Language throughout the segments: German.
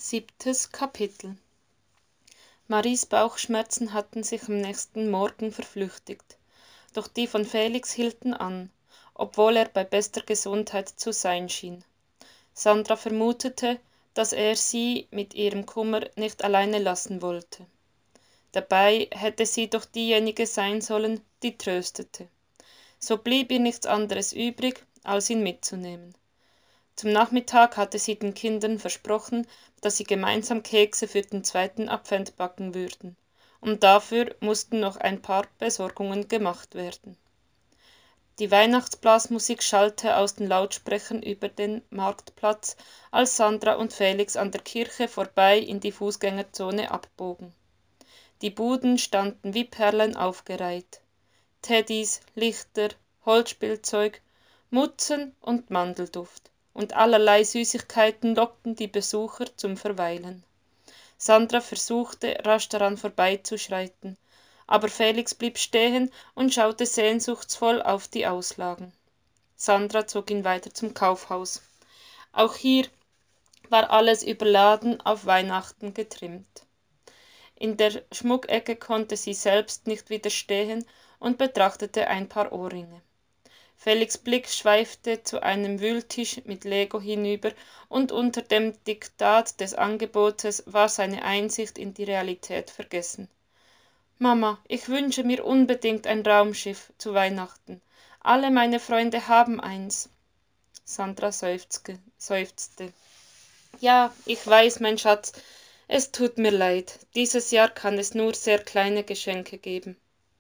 7. Kapitel. Maries Bauchschmerzen hatten sich am nächsten Morgen verflüchtigt, doch die von Felix hielten an, obwohl er bei bester Gesundheit zu sein schien. Sandra vermutete, dass er sie mit ihrem Kummer nicht alleine lassen wollte. Dabei hätte sie doch diejenige sein sollen, die tröstete. So blieb ihr nichts anderes übrig, als ihn mitzunehmen. Zum Nachmittag hatte sie den Kindern versprochen, dass sie gemeinsam Kekse für den 2. Advent backen würden, und dafür mussten noch ein paar Besorgungen gemacht werden. Die Weihnachtsblasmusik schallte aus den Lautsprechern über den Marktplatz, als Sandra und Felix an der Kirche vorbei in die Fußgängerzone abbogen. Die Buden standen wie Perlen aufgereiht. Teddys, Lichter, Holzspielzeug, Mutzen und Mandelduft und allerlei Süßigkeiten lockten die Besucher zum Verweilen. Sandra versuchte, rasch daran vorbeizuschreiten, aber Felix blieb stehen und schaute sehnsuchtsvoll auf die Auslagen. Sandra zog ihn weiter zum Kaufhaus. Auch hier war alles überladen auf Weihnachten getrimmt. In der Schmuckecke konnte sie selbst nicht widerstehen und betrachtete ein paar Ohrringe. Felix' Blick schweifte zu einem Wühltisch mit Lego hinüber, und unter dem Diktat des Angebotes war seine Einsicht in die Realität vergessen. »Mama, ich wünsche mir unbedingt ein Raumschiff zu Weihnachten. Alle meine Freunde haben eins.« Sandra seufzte. »Ja, ich weiß, mein Schatz, es tut mir leid. Dieses Jahr kann es nur sehr kleine Geschenke geben.«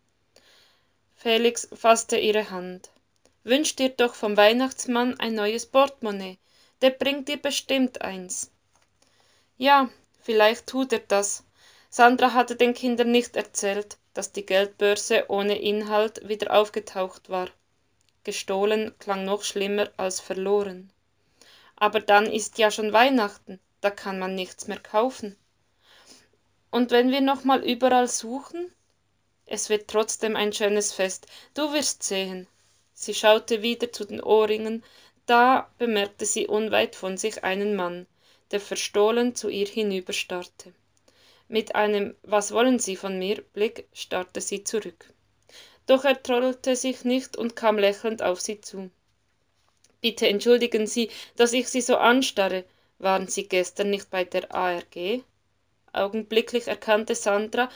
Felix fasste ihre Hand. »Wünsch dir doch vom Weihnachtsmann ein neues Portemonnaie. Der bringt dir bestimmt eins.« »Ja, vielleicht tut er das.« Sandra hatte den Kindern nicht erzählt, dass die Geldbörse ohne Inhalt wieder aufgetaucht war. Gestohlen klang noch schlimmer als verloren. »Aber dann ist ja schon Weihnachten, da kann man nichts mehr kaufen.« »Und wenn wir noch mal überall suchen?« »Es wird trotzdem ein schönes Fest, du wirst sehen.« Sie schaute wieder zu den Ohrringen, da bemerkte sie unweit von sich einen Mann, der verstohlen zu ihr hinüberstarrte. Mit einem »Was wollen Sie von mir?« Blick starrte sie zurück. Doch er trollte sich nicht und kam lächelnd auf sie zu. »Bitte entschuldigen Sie, dass ich Sie so anstarre. Waren Sie gestern nicht bei der ARG?« Augenblicklich erkannte Sandra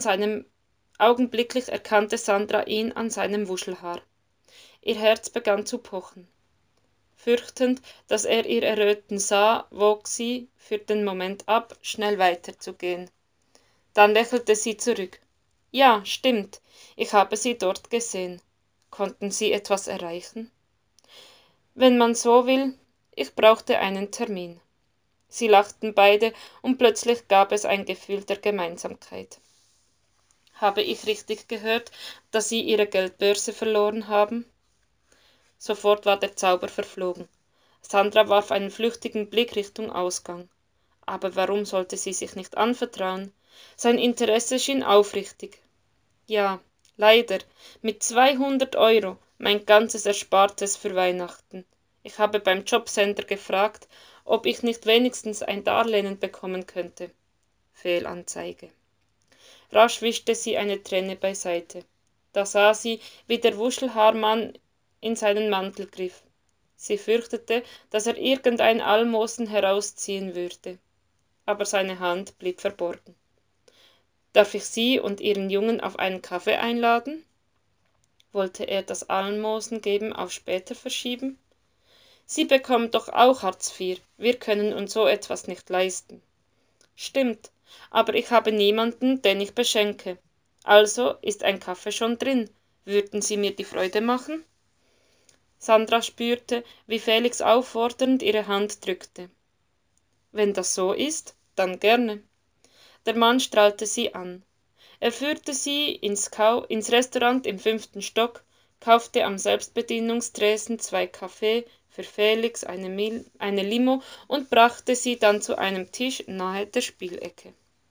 ihn an seinem Wuschelhaar. Ihr Herz begann zu pochen. Fürchtend, dass er ihr Erröten sah, wog sie für den Moment ab, schnell weiterzugehen. Dann lächelte sie zurück. »Ja, stimmt, ich habe Sie dort gesehen. Konnten Sie etwas erreichen?« »Wenn man so will, ich brauchte einen Termin.« Sie lachten beide, und plötzlich gab es ein Gefühl der Gemeinsamkeit. »Habe ich richtig gehört, dass Sie Ihre Geldbörse verloren haben?« Sofort war der Zauber verflogen. Sandra warf einen flüchtigen Blick Richtung Ausgang. Aber warum sollte sie sich nicht anvertrauen? Sein Interesse schien aufrichtig. »Ja, leider, mit 200 €, mein ganzes Erspartes für Weihnachten. Ich habe beim Jobcenter gefragt, ob ich nicht wenigstens ein Darlehen bekommen könnte. Fehlanzeige.« Rasch wischte sie eine Träne beiseite. Da sah sie, wie der Wuschelhaarmann in seinen Mantel griff. Sie fürchtete, dass er irgendein Almosen herausziehen würde. Aber seine Hand blieb verborgen. »Darf ich Sie und Ihren Jungen auf einen Kaffee einladen?« Wollte er das Almosen geben auf später verschieben? »Sie bekommen doch auch Hartz IV. Wir können uns so etwas nicht leisten.« »Stimmt, aber ich habe niemanden, den ich beschenke. Also ist ein Kaffee schon drin. Würden Sie mir die Freude machen?« Sandra spürte, wie Felix auffordernd ihre Hand drückte. »Wenn das so ist, dann gerne.« Der Mann strahlte sie an. Er führte sie ins Restaurant im 5. Stock, kaufte am Selbstbedienungstresen 2 Kaffee, für Felix eine Limo und brachte sie dann zu einem Tisch nahe der Spielecke.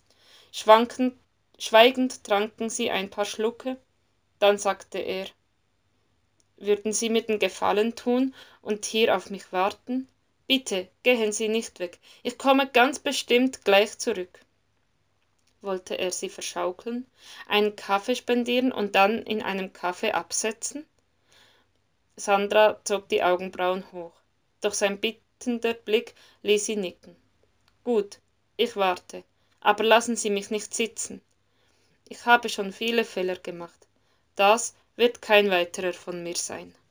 Schweigend tranken sie ein paar Schlucke, dann sagte er: »Würden Sie mir den Gefallen tun und hier auf mich warten? Bitte, gehen Sie nicht weg. Ich komme ganz bestimmt gleich zurück. Wollte er sie verschaukeln, einen Kaffee spendieren und dann in einem Café absetzen? Sandra zog die Augenbrauen hoch, doch sein bittender Blick ließ sie nicken. Gut, ich warte, aber lassen Sie mich nicht sitzen. Ich habe schon viele Fehler gemacht. Das wird kein weiterer von mir sein.